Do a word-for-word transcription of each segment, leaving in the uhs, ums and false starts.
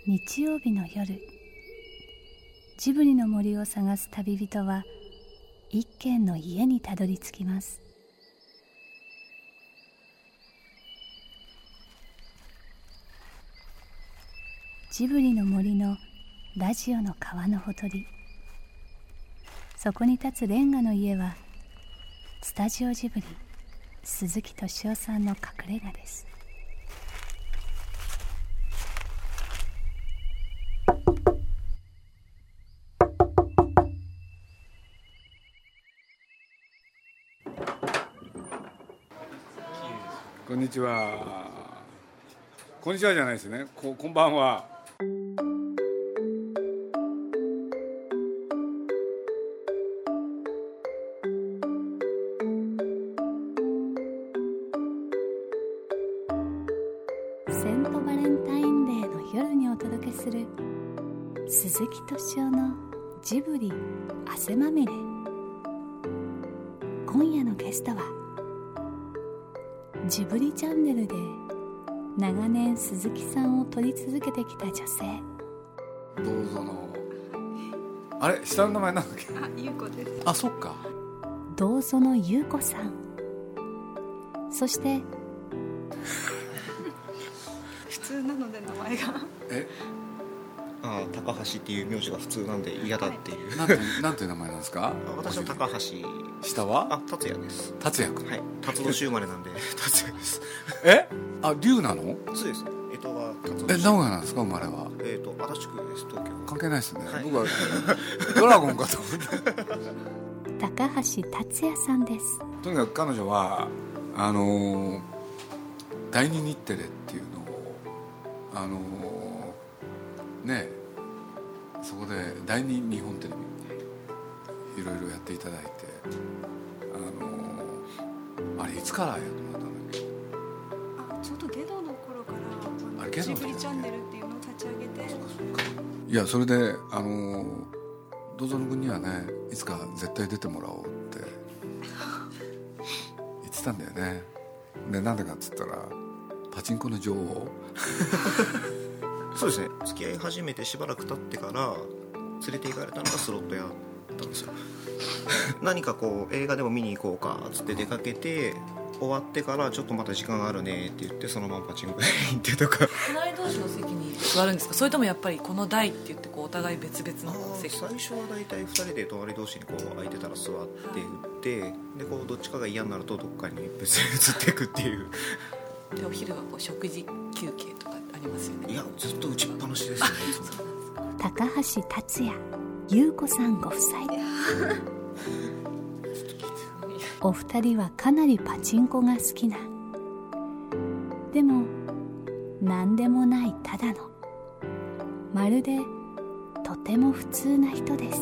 日曜日の夜、ジブリの森を探す旅人は一軒の家にたどり着きます。ジブリの森のラジオの川のほとり、そこに立つレンガの家はスタジオジブリ鈴木敏夫さんの隠れ家です。 こんにちは。こんにちはじゃないですね。こ、こんばんは。 セントバレンタインデーの夜にお届けする鈴木敏夫のジブリ汗まみれ。今夜のゲストはジブリチャンネルで長年鈴木さんを撮り続けてきた女性、 どうぞのあれ下の名前なんだっけ。 あ、ゆうこです。 あ、そっか。 どうぞのゆうこさん、そして普通なので名前がえああ、高橋っていう名字が普通なんで嫌だっていう、 なんてなんていう名前なんですか。 私は高橋。 下はあ、達也です。 達也君。 はい、辰年生まれなんで達也です。 えあ、龍なの。 そうです。えとは辰え、 年。 名古屋なんですか、生まれは。 えっと足立区です。東京。 関係ないですね、 はい、 僕はドラゴンかと思って高橋達也さんです。 とにかく彼女はあのー、第二日テレっていうのをあのー、ねそこで第二日本テレビいろいろやっていただいて、あのー、あれいつからやってもらったんだっけ。 あ、ちょうどゲドの頃からあれゲドの時ジブリチャンネルっていうのを立ち上げて。 そうかそうか。いや、それであのー、道園君にはね、いつか絶対出てもらおうって言ってたんだよね。で、なんでかっつったらパチンコの女王そうですね。付き合い始めてしばらく経ってから連れて行かれたのがスロット屋だったんですよ何かこう映画でも見に行こうかっつって出かけて、終わってからちょっとまた時間あるねって言ってそのままパチンコに行ってとか。 隣同士の席に座るんですか、それともやっぱりこの台って言ってこうお互い別々の席。 最初は大体ふたりで隣同士にこう空いてたら座って打って、でこうどっちかが嫌になるとどっかに別に移っていくっていう。 でお昼はこう食事休憩とかありますよね。 いや、ずっと打ちっぱなしですね高橋達也、ゆうこさんご夫妻お二人はかなりパチンコが好きな、でも何でもないただの、まるでとても普通な人です。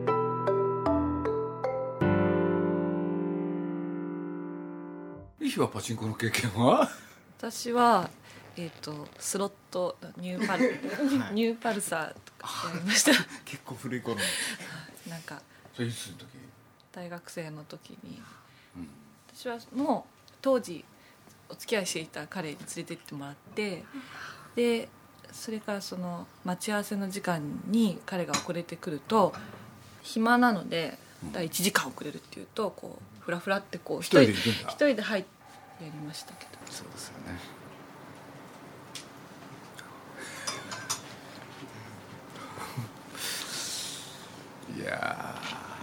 いひはパチンコの経験は。 私は、えー、とスロットニューパル、 はい、 ニューパルサーとかやりました結構古い頃のなんかそれいつの時。 大学生の時に、 うん、 私はもう当時お付き合いしていた彼に連れて行ってもらって、でそれからその待ち合わせの時間に彼が遅れてくると暇なので、だいいちじかん遅れるっていうとこうフラフラってこう一人で行くんだ。 一人で入ってやりましたけど。 そうですよね。いや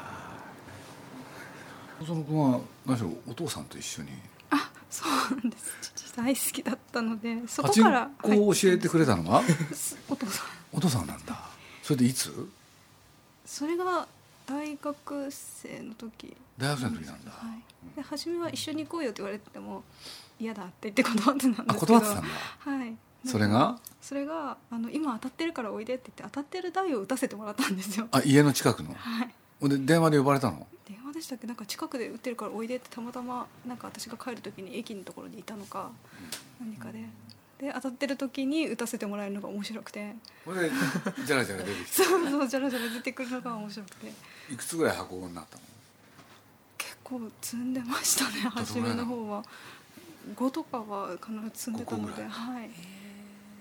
ー、細野君は何しろお父さんと一緒にあ、そうなんです。父大好きだったので、そパチンこからコを教えてくれたのはお父さん。 お父さんなんだ。それでいつ。 それが大学生の時。 大学生の時なんだ。 はい、で初めは一緒に行こうよって言われても嫌だって言って断ってたんですけど。 あ、断ってたんだ。 はい。 それがそれがあの今当たってるからおいでって言って当たってる台を打たせてもらったんですよ。 あ、家の近くの。 はい。 で電話で呼ばれたの。 電話でしたっけ、なんか近くで打ってるからおいでってたまたまなんか私が帰る時に駅のところにいたのか何かで、で当たってる時に打たせてもらえるのが面白くて、 これでジャラジャラ出てきてそうそうジャラジャラ出てくるのが面白くて。 いくつぐらい箱になったの。 結構積んでましたね。初めの方はごとかは必ず積んでたので、はい。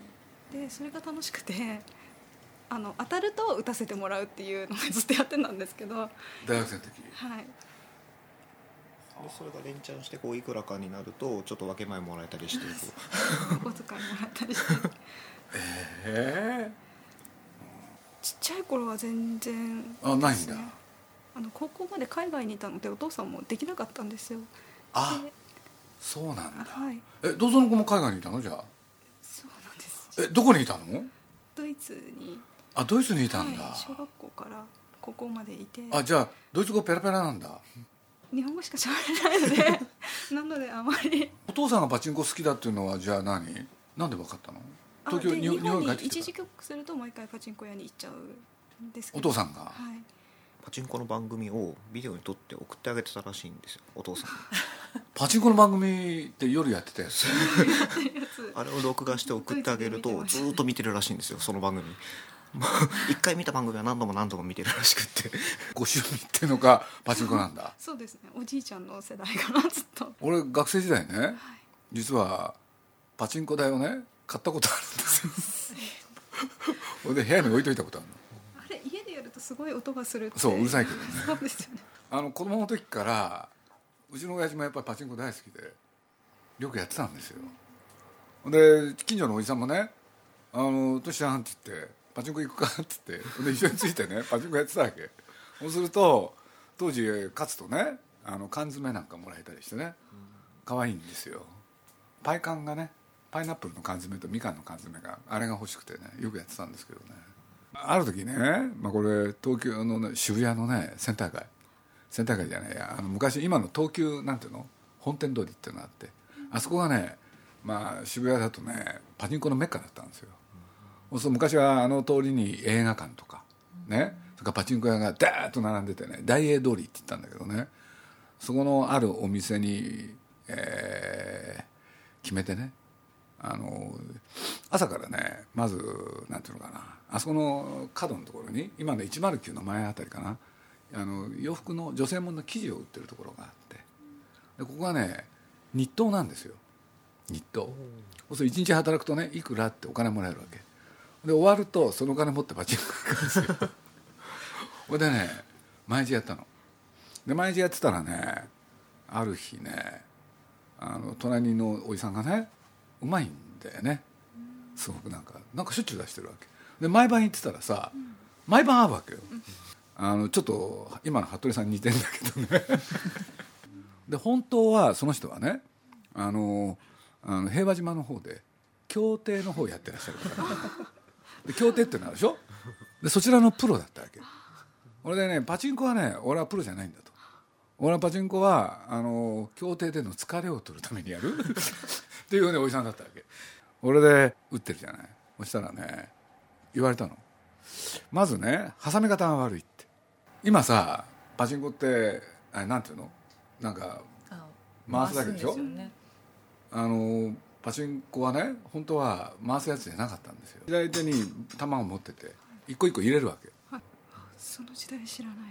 でそれが楽しくてあの当たると打たせてもらうっていうのをずっとやってたんですけど、 大学生の時。 はい、 でそれが連チャンしてこういくらかになるとちょっと分け前もらえたりしてこお小遣いもらったりしてええちっちゃい頃は全然あないんだ。 あの高校まで海外にいたのでお父さんもできなかったんですよ。 あでそうなんだ。 はい、 えどうぞの子も海外にいたのじゃあ。 そうなんです。 えどこにいたの？ ドイツに、 あドイツにいたんだ、 はい、小学校から高校までいて、 あじゃあドイツ語ペラペラなんだ。 日本語しか喋れないのでなのであまり。 お父さんがパチンコ好きだっていうのはじゃあ何なんで分かったの？東京あで日本に帰ってきて一時帰国すると毎回パチンコ屋に行っちゃうんですけおど、 父さんが、 はい、 パチンコの番組をビデオに撮って送ってあげてたらしいんですよお父さんパチンコの番組って夜やってたやつあれを録画して送ってあげるとずーっと見てるらしいんですよその番組もう一回見た番組は何度も何度も見てるらしくってご趣味っていうのがパチンコなんだそうですね、おじいちゃんの世代からずっと。 俺学生時代ね、実はパチンコ台をね買ったことあるんですよそれで部屋に置いといたことあるの。 あれ家でやるとすごい音がするって。 そううるさいけどねそうですよね。 あの子供の時からうちの親父もやっぱりパチンコ大好きでよくやってたんですよ。で近所のおじさんもね「あのどうしたん?」って言って「パチンコ行くか?」って言ってで一緒についてねパチンコやってたわけ。そうすると当時勝つとねあの缶詰なんかもらえたりしてね可愛いんですよ。パイ缶がねパイナップルの缶詰とみかんの缶詰があれが欲しくてねよくやってたんですけどね。ある時ね、まあ、これ東京の、ね、渋谷のねセンター街センター街じゃないやあの昔今の東急なんていうの本店通りっていうのがあってあそこがね、まあ、渋谷だとねパチンコのメッカだったんですよ。そうすると昔はあの通りに映画館とかねそれからパチンコ屋がダーッと並んでてね大英通りって言ったんだけどねそこのあるお店に、えー、決めてねあの朝からねまずなんていうのかなあそこの角のところに今のいちまるきゅうの前あたりかなあの洋服の女性ものの生地を売ってるところがあってでここはね日当なんですよ。日当そうするといちにち働くとねいくらってお金もらえるわけで終わるとそのお金持ってパチンコ行くんですよそれでね毎日やったので毎日やってたらねある日ねあの隣のおじさんがねうまいんだよねすごくなんかなんかしょっちゅう出してるわけで毎晩行ってたらさ毎晩会うわけよあのちょっと今の服部さんに似てんだけどねで本当はその人はねあのあの平和島の方で競艇の方やってらっしゃるからで競艇ってのあるでしょでそちらのプロだったわけ俺でねパチンコはね俺はプロじゃないんだと俺はパチンコはあの競艇での疲れを取るためにやるっていうねおじさんだったわけ俺で打ってるじゃないそしたらね言われたのまずね挟み方が悪いって今さパチンコってあれなんていうのなんか回すだけでしょ、ね、あのパチンコはね本当は回すやつじゃなかったんですよ。左手に玉を持ってて一個一個入れるわけ、 はい、その時代知らない、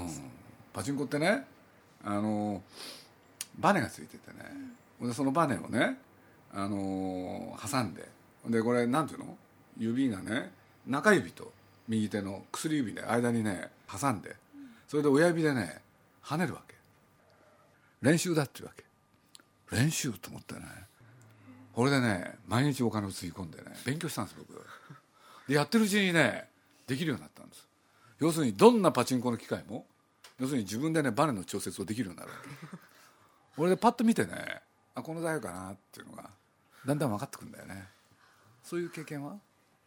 うん、パチンコってねあのバネがついててね、うん、でそのバネをねあの挟んででこれなんていうの指がね中指と右手の薬指で間にね挟んでそれで親指でね跳ねるわけ練習だっていうわけ練習と思ってねこれでね毎日お金をつぎ込んでね勉強したんです僕でやってるうちにねできるようになったんです。要するにどんなパチンコの機械も要するに自分でねバネの調節をできるようになるわけ俺でパッと見てねあこの台かなっていうのがだんだん分かってくるんだよね。そういう経験は？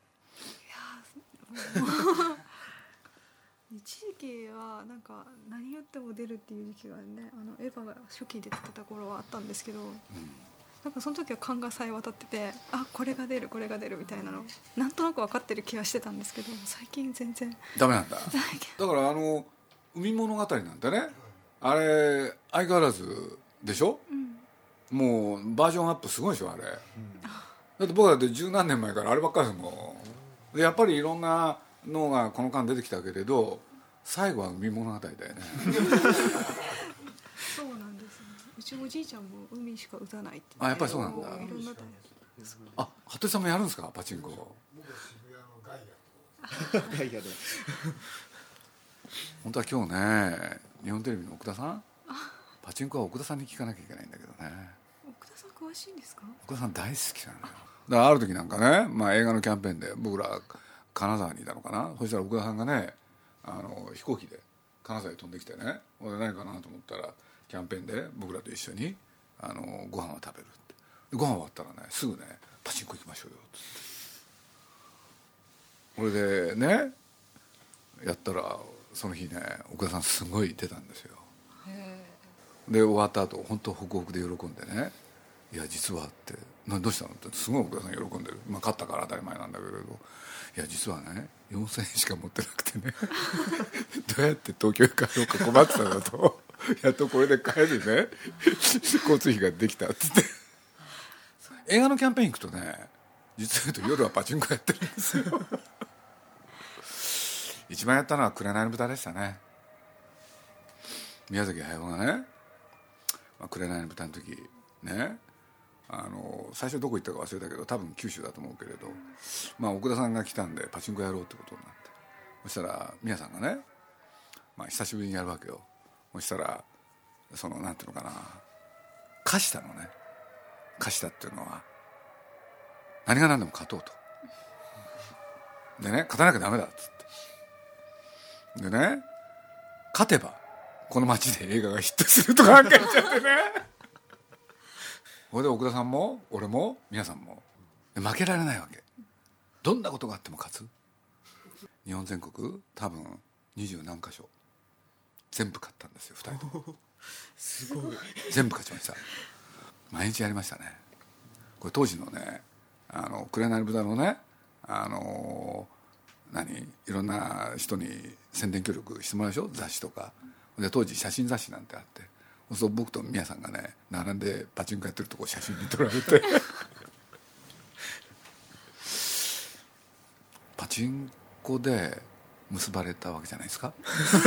いや一時期はなんか何やっても出るっていう時期がねあのエヴァが初期で出てた頃はあったんですけど、うん、なんかその時は勘がさえ渡っててあこれが出るこれが出るみたいなのなんとなく分かってる気がしてたんですけど最近全然ダメなんだ。だからあの海物語なんてねあれ相変わらずでしょ、うん、もうバージョンアップすごいでしょあれ、うん、だって僕だって十何年前からあればっかりですもん。でやっぱりいろんなのがこの間出てきたけれど最後は海物語だよねそうなんですね。うちおじいちゃんも海しか打たないってあやっぱりそうなんだ。 いろんなあ、服部さんもやるんですかパチンコ。 僕は渋谷のガイアガイアで本当は今日ね日本テレビの奥田さん、パチンコは奥田さんに聞かなきゃいけないんだけどね。 奥田さん詳しいんですか？ 奥田さん大好きなのよ。だからある時なんかね、まあ、映画のキャンペーンで僕ら金沢にいたのかな。そしたら奥田さんがねあの飛行機で金沢に飛んできてね、俺何かなと思ったらキャンペーンで僕らと一緒にあのご飯を食べるって。ご飯終わったらねすぐねパチンコ行きましょうよっつって、これでねやったらその日ね奥田さんすごい出たんですよ。で終わった後本当ホクホクで喜んでね、いや実はってなどうしたのってすごい奥田さん喜んでる、まあ、勝ったから当たり前なんだけれど、いや実はねよんせんえんしか持ってなくてねどうやって東京へ帰ろうか困ってたんだとやっとこれで帰るね交通費ができたって言って映画のキャンペーン行くとね実は言うと夜はパチンコやってるんですよ一番やったのは紅の豚でしたね。宮崎駿がねまあ、紅の豚の時ねあの最初どこ行ったか忘れたけど多分九州だと思うけれど、まあ、奥田さんが来たんでパチンコやろうってことになって、そしたら宮さんがね、まあ、久しぶりにやるわけよ。そしたらそのなんていうのかな貸したのね。貸したっていうのは何が何でも勝とうとでね、勝たなきゃダメだっつってでね、勝てばこの街で映画がヒットするとかなんか言っちゃってねそれで奥田さんも俺も皆さんも負けられないわけ。どんなことがあっても勝つ。日本全国多分二十何箇所全部勝ったんですよふたりともすごい全部勝ちました。毎日やりましたね。これ当時のねあの紅の豚のねあの何いろんな人に宣伝協力してもらうでしょ、雑誌とかで。当時写真雑誌なんてあって、そう僕と宮さんがね並んでパチンコやってるとこ写真に撮られてパチンコで結ばれたわけじゃないですか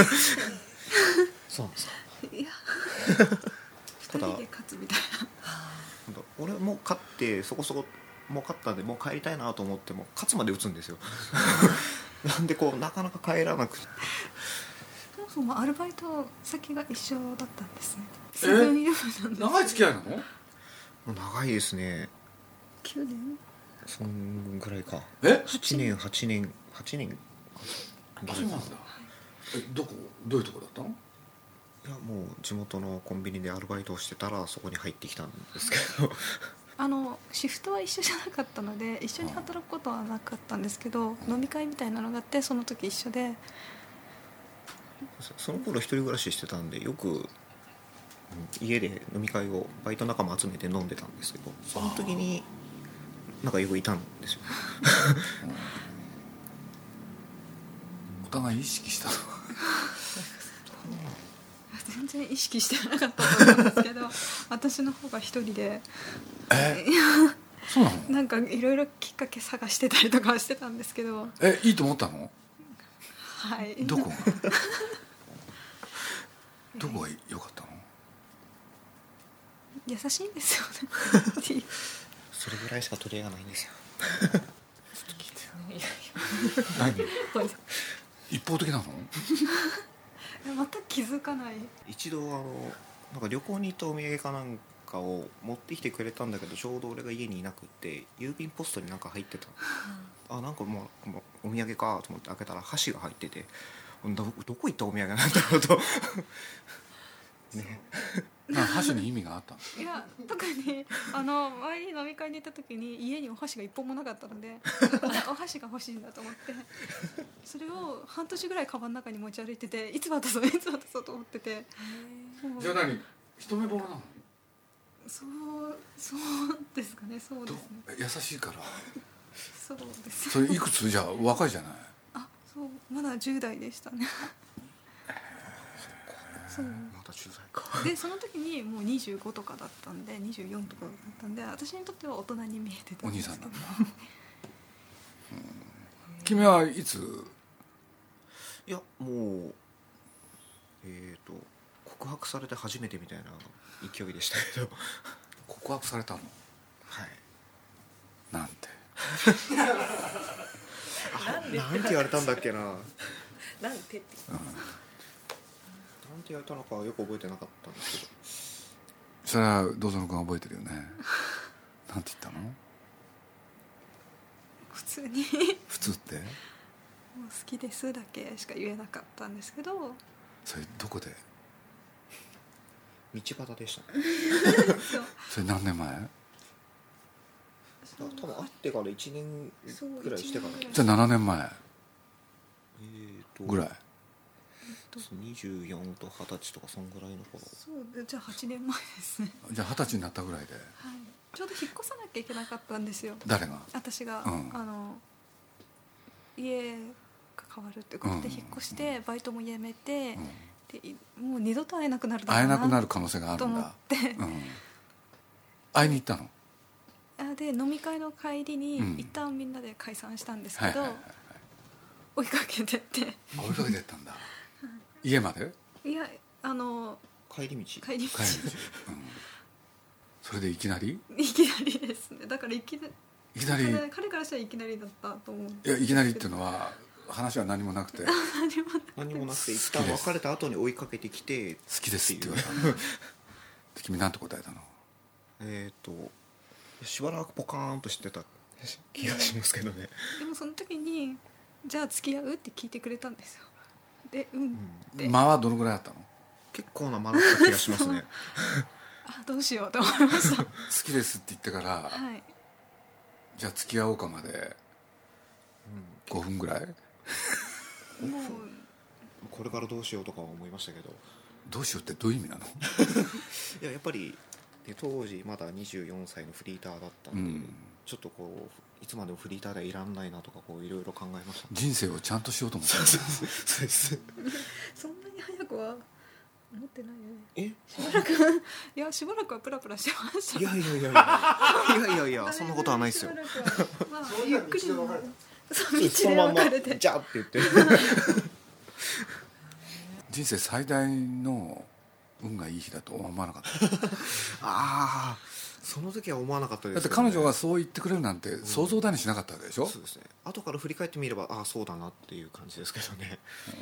そうなんですか。 いや二人で勝つみたいな。 俺も勝ってそこそこもう勝ったんでもう帰りたいなと思っても勝つまで打つんですよなんでこうなかなか帰らなくて、 そもそもアルバイト先が一緒だったんですね。セブンイレブンなんです。 長い付き合いなの？ もう長いですね。 きゅうねんそんぐらいか。 えはちねんはちねんはちねんあ、そうなんだ。えどこどういうとこだったの？ いやもう地元のコンビニでアルバイトをしてたらそこに入ってきたんですけどあのシフトは一緒じゃなかったので一緒に働くことはなかったんですけど、飲み会みたいなのがあってその時一緒で、 その頃一人暮らししてたんでよくうん家で飲み会をバイト仲間集めて飲んでたんですけど、その時になんかよくいたんですよお互い意識したの？ 全然意識してなかったと思うんですけど私の方が一人でえそうなの？ なんかいろいろきっかけ探してたりとかはしてたんですけど、 えいいと思ったの？ はいどこがどこが良かったの？ 優しいんですよねそれぐらいしか取り柄がないんですよ何一方的なの？ 全く気づかない。 一度あのなんか旅行に行ったお土産かなんかを持ってきてくれたんだけどちょうど俺が家にいなくって郵便ポストになんか入ってた、あなんかもうもうお土産かと思って開けたら箸が入っててど, どこ行ったお土産なんだろうとねな箸に意味があったの？ いや特にあの前に飲み会に行った時に家にお箸が一本もなかったのでお箸が欲しいんだと思ってそれを半年ぐらいカバンの中に持ち歩いてていつ渡そういつ渡そうと思ってて、 じゃあ何一目ぼれなの？ そうそうですかね。そうですね。 優しいからそうですそれいくつ？じゃあ若いじゃない。 あそうまだじゅう代でしたねそうまだじゅう代かでその時にもうにじゅうごとかだったんでにじゅうよんとかだったんで私にとっては大人に見えてたおんですけど。 兄さんなんだ君はいつ？ いやもうえっ、ー、と告白されて初めてみたいな勢いでしたけど告白されたの？ はいなんでなんて言われたんだっけな。 なんてってなんて言われたのかよく覚えてなかったんですけど。 それは道園君覚えてるよね。なんて言ったの？ 普通に普通ってもう好きですだけしか言えなかったんですけど、 それどこで？ 道端でしたね。 そうそれ何年前？ 多分会ってからいちねんぐらいしてから。 そういちねんぐらいじゃあななねんまええーとぐらい。 にじゅうよんとはたちとかそんぐらいの頃。 そうでじゃあはちねんまえですね。 じゃあ二十歳になったぐらいで。 はい、ちょうど引っ越さなきゃいけなかったんですよ。 誰が？ 私が、 うんあの家が変わるってことでうん引っ越してバイトも辞めて、 うんでいもう二度と会えなくなるだろ会えうなくなる可能性があと思っるんだ。 て、 うん。会いに行ったの？ あで飲み会の帰りに、 うん一旦みんなで解散したんですけど、 はいはいはいはい。 追いかけてって追いかけてったんだ。家まで？ いやあの帰り道。 帰り道帰る道。うん。それでいきなり？ いきなりですね。だからいきなりいきなり。い彼からしたらいきなりだったと思う。 やいきなりっていうのは話は何もなくて好何もなくて一旦別れた後に追いかけてきて、 きですって言われたの。で君なんて答えたの？ えっとしばらくポカーンとしてた気がしますけどね。 でもその時にじゃあ付き合うって聞いてくれたんですよ。でうんって、 間はどのぐらいあったの？ 結構な間だった気がしますね。 あどうしようと思いました。 好きですって言ってからはい。 じゃあ付き合おうかまでごふんぐらい？ もうこれからどうしようとかは思いましたけど、 どうしようってどういう意味なの？ いややっぱりで当時まだにじゅうよんさいのフリーターだったんで、 うんちょっとこういつまでもフリーターではいらんないなとかこういろいろ考えました。 人生をちゃんとしようと思ってそうですそんなに早くは思ってないよね。 えしばらくいやしばらくはプラプラしてました。 いやいやいやいやいやいやいやそんなことはないですよ。 しばらくはまあゆっくりそれは道で別れそう道でそのまんま別れて。 じゃあって言って人生最大の運がいい日だと思わなかったああその時は思わなかったですよね。 だって彼女がそう言ってくれるなんて想像だにしなかったわけでしょ、 そうですね。後から振り返ってみればああそうだなっていう感じですけどね。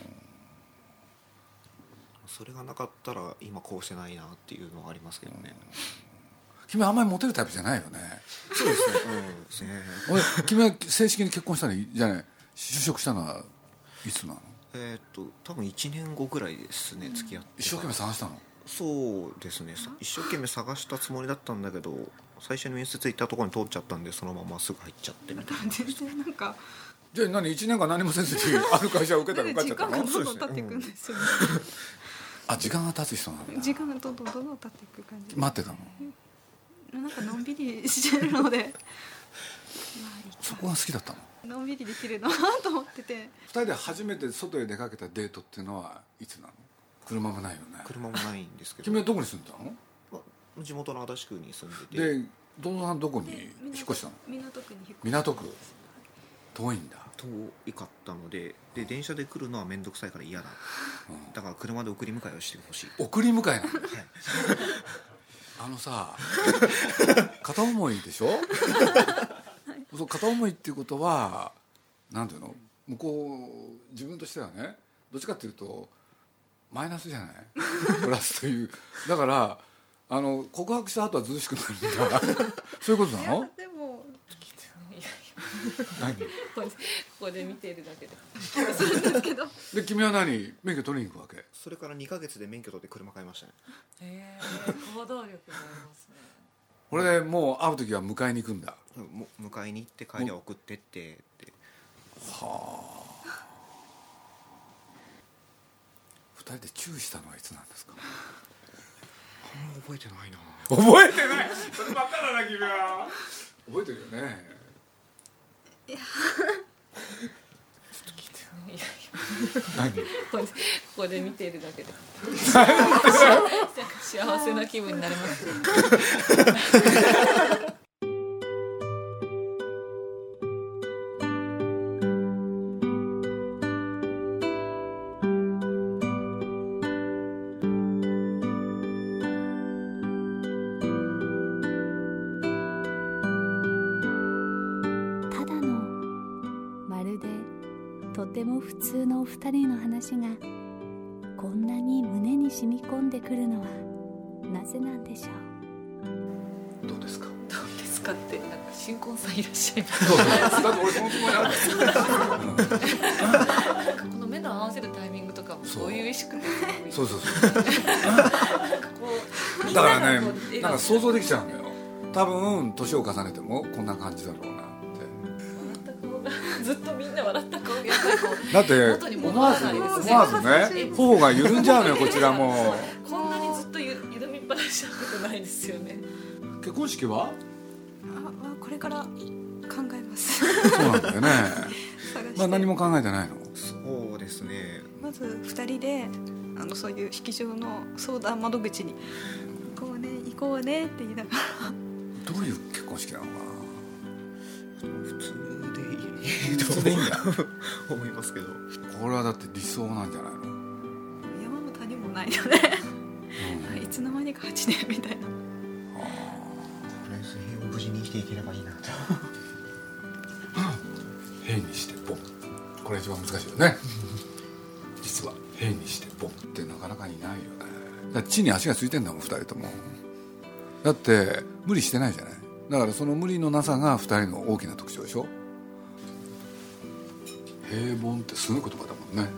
それがなかったら今こうしてないなっていうのはありますけどね。 君はあんまりモテるタイプじゃないよね。 そうですね。うんですね。 俺君は正式に結婚したのじゃない就職したのはいつなの？ えーっと多分いちねんごぐらいですね付き合って。 一生懸命探したの？ そうですね。一生懸命探したつもりだったんだけど最初に面接行ったところに通っちゃったんでそのまますぐ入っちゃってみたいな。 全然なんかじゃあ何いちねんかん何もせずにある会社を受けたら受かっちゃ時ったの？ 間がどんどん経っていくんですよね。 あ時間が経つ人なんだ。 時間がどんどんどんどん経っていく感じ。 待ってたの？ なんかのんびりしてるので、まあいいかそこが好きだったの？ のんびりできるなと思ってて。 ふたりで初めて外へ出かけたデートっていうのはいつなの？車もないよね。 車もないんですけど。 君はどこに住んでたの？ まあ地元の足立区に住んでて。 でどのさんどこに引っ越したの？ 港区に引っ越した。 港区遠いんだ。 遠かったのでで電車で来るのは面倒くさいから嫌だ、 うんだから車で送り迎えをしてほしい。 送り迎えなの？ はいあのさ片思いでしょそう片思いっていうことはなんていうの向こう自分としてはねどっちかっていうとマイナスじゃないプラスというだからあの告白した後はずうしくなるんだそういうことなの？ いやでも何ここでここで見ているだけでするんですけど。 で君は何免許取りに行くわけ？ それからにかげつで免許取って車買いましたね。 へえ行動力がありますね。 これでもう会う時は迎えに行くんだ。 も迎えに行って帰りは送ってってってはあふたりでチューしたのはいつなんですか？ あんま覚えてないな。 覚えてないそればっかだな君は。覚えてるよね。 いやいやいや何ここでここで見ているだけでなんか幸せな気分になりますね。 たっても普通のお二人の話がこんなに胸に染み込んでくるのはなぜなんでしょう。どうですか。 どうですかってなんか新婚さんいらっしゃいます。 そうそうだって俺そのつもりなんだよ。 この目の合わせるタイミングとかもそういう意識でそうそうそうだからね、なんか想像できちゃうんだよ。多分年を重ねてもこんな感じだろうなって。 笑った顔がずっとみんな笑った顔がやっぱりこうだって元に戻らないですね。 思わずね頬が緩んじゃうのよこちらも。 こんなにずっとゆ緩みっぱなしちゃうことないですよね。 結婚式は？ あこれから考えます。 そうなんだよね。まあ何も考えてないの？ そうですね。 まずふたりであのそういう式場の相談窓口に行こうね行こうねって言いながら。 どういう結婚式なのかな。 普通でいい普通でいいんだ思いますけど。 これはだって理想なんじゃないの。 山も谷もないので、うん、いつの間にかはちねんみたいな。 とりあえず平和無事に生きていければいいなと。 平にしてボン、これ一番難しいよね。実は平にしてボンってなかなかいないよね。だから地に足がついてんだもんふたりとも。だって無理してないじゃない。だからその無理のなさがふたりの大きな特徴でしょ。平凡ってすごい言葉だもんね、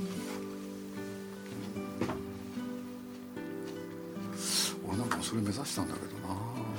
うん、俺なんかもそれ目指したんだけどな。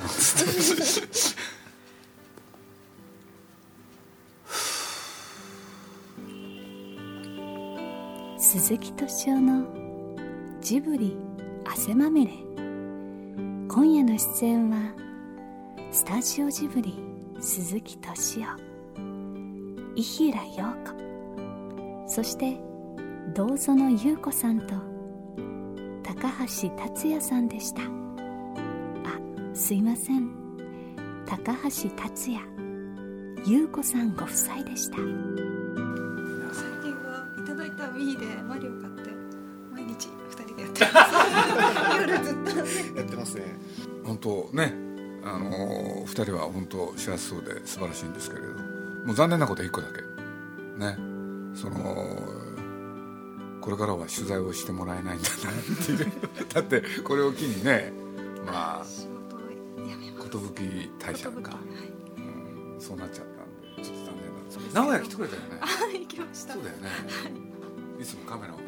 鈴木敏夫のジブリ汗まみれ。今夜の出演はスタジオジブリ鈴木敏夫、伊平陽子、そして堂園優子さんと高橋達也さんでした。あ、すいません、高橋達也、優子さんご夫妻でした。 最近はいただいた Wii でマリオ買って毎日ふたりでやってます夜ずっとやってますね。 本当ね、あのー、ふたりは本当幸せそうで素晴らしいんですけれどもう残念なことはいっこだけね、そのこれからは取材をしてもらえないんだなっていうだってこれを機にね、まあ仕事を辞めます。 寿大社か、 はい、 うん、そうなっちゃったんでちょっと残念なんですけど、名古屋来てくれたよね。 あ、行きました。 そうだよね、はい、いつもカメラを持って、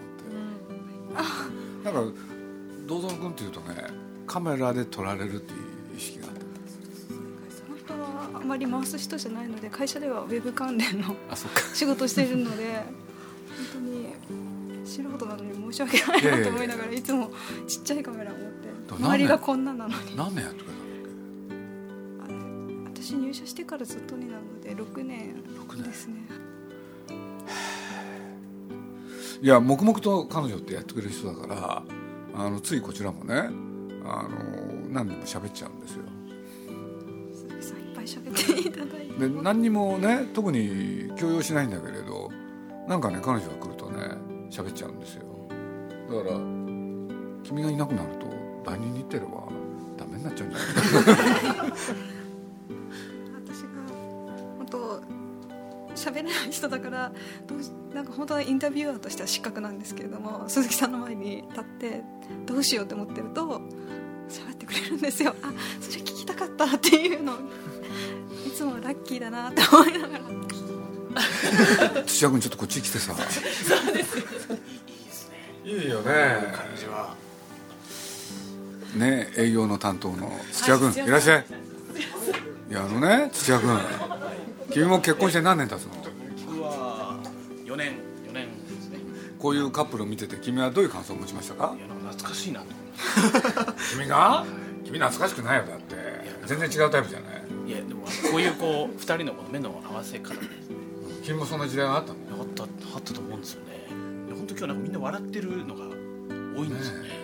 うん、 なんか堂園君っていうとねカメラで撮られるっていう意識があったんです。 本当はあまり回す人じゃないので会社ではウェブ関連のあ、そっか仕事してるので本当に素人なのに申し訳ないなと思いながらいつもちっちゃいカメラを持って周りがこんななのに。 何年やってくれたんだっけ。 私入社してからずっとになるのでろくねんですね。 いや黙々と彼女ってやってくれる人だからあのついこちらもねあの何人も喋っちゃうんですよ。 鈴木さんいっぱい喋っていただいてで何にもね特に強要しないんだけれどなんかね彼女が来るとね喋っちゃうんですよ。だから君がいなくなると第二日テレはダメになっちゃうんじゃないかな。 私が本当喋れない人だからどうしなんか本当はインタビュアーとしては失格なんですけれども鈴木さんの前に立ってどうしようと思ってると喋ってくれるんですよ。あ、それ聞きたかったっていうのいつもラッキーだなって思いながら土屋君ちょっとこっち来てさ。 そうですよ。 いいよね感じはね、営業の担当の土屋君、はい、いらっしゃい。いやあのね土屋君君も結婚して何年経つの。 僕はよねんよねんですね。 こういうカップルを見てて君はどういう感想を持ちましたか。 いやなんか懐かしいなと君が君懐かしくないよ。だって全然違うタイプじゃない。 いやでもこういうこうふたりのこの目の合わせ方で君もそんな時代があったの。 あったあったと思うんですよね。本当今日なんかみんな笑ってるのが多いんですよね。ね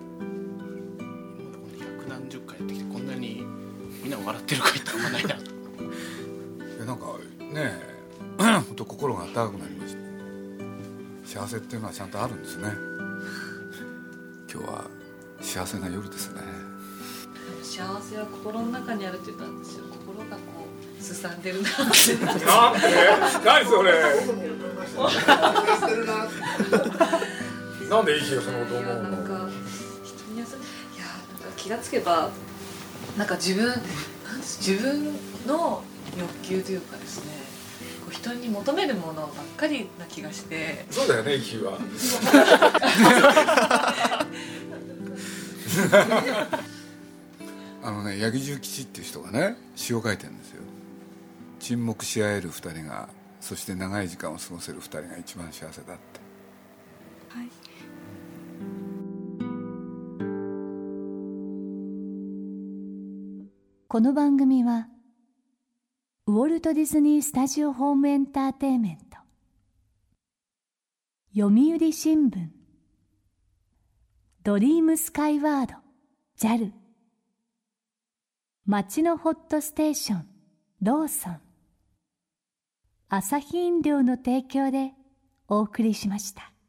百何十回やってきてこんなにみんな笑ってる回ってあんまないなと。 いやなんかね本当心が温かくなりました。幸せっていうのはちゃんとあるんですね。今日は幸せな夜ですね。 幸せは心の中にあるって言ったんですよ。心がこうすさんでるなってなんで何それなんでいい日がそのこと思うの。 なんか人にやすいやなんか気がつけばなんか自分なん自分の欲求というかですね、こう人に求めるものばっかりな気がして。 そうだよね、いい日はあのね、八木重吉っていう人がね詩を書いてるんですよ。沈黙し合える二人が、そして長い時間を過ごせる二人が一番幸せだって。 はい。 この番組はウォルト・ディズニー・スタジオ・ホーム・エンターテインメント、読売新聞、ドリームスカイワード ジャル、 街のホットステーションローソン、アサヒ飲料の提供でお送りしました。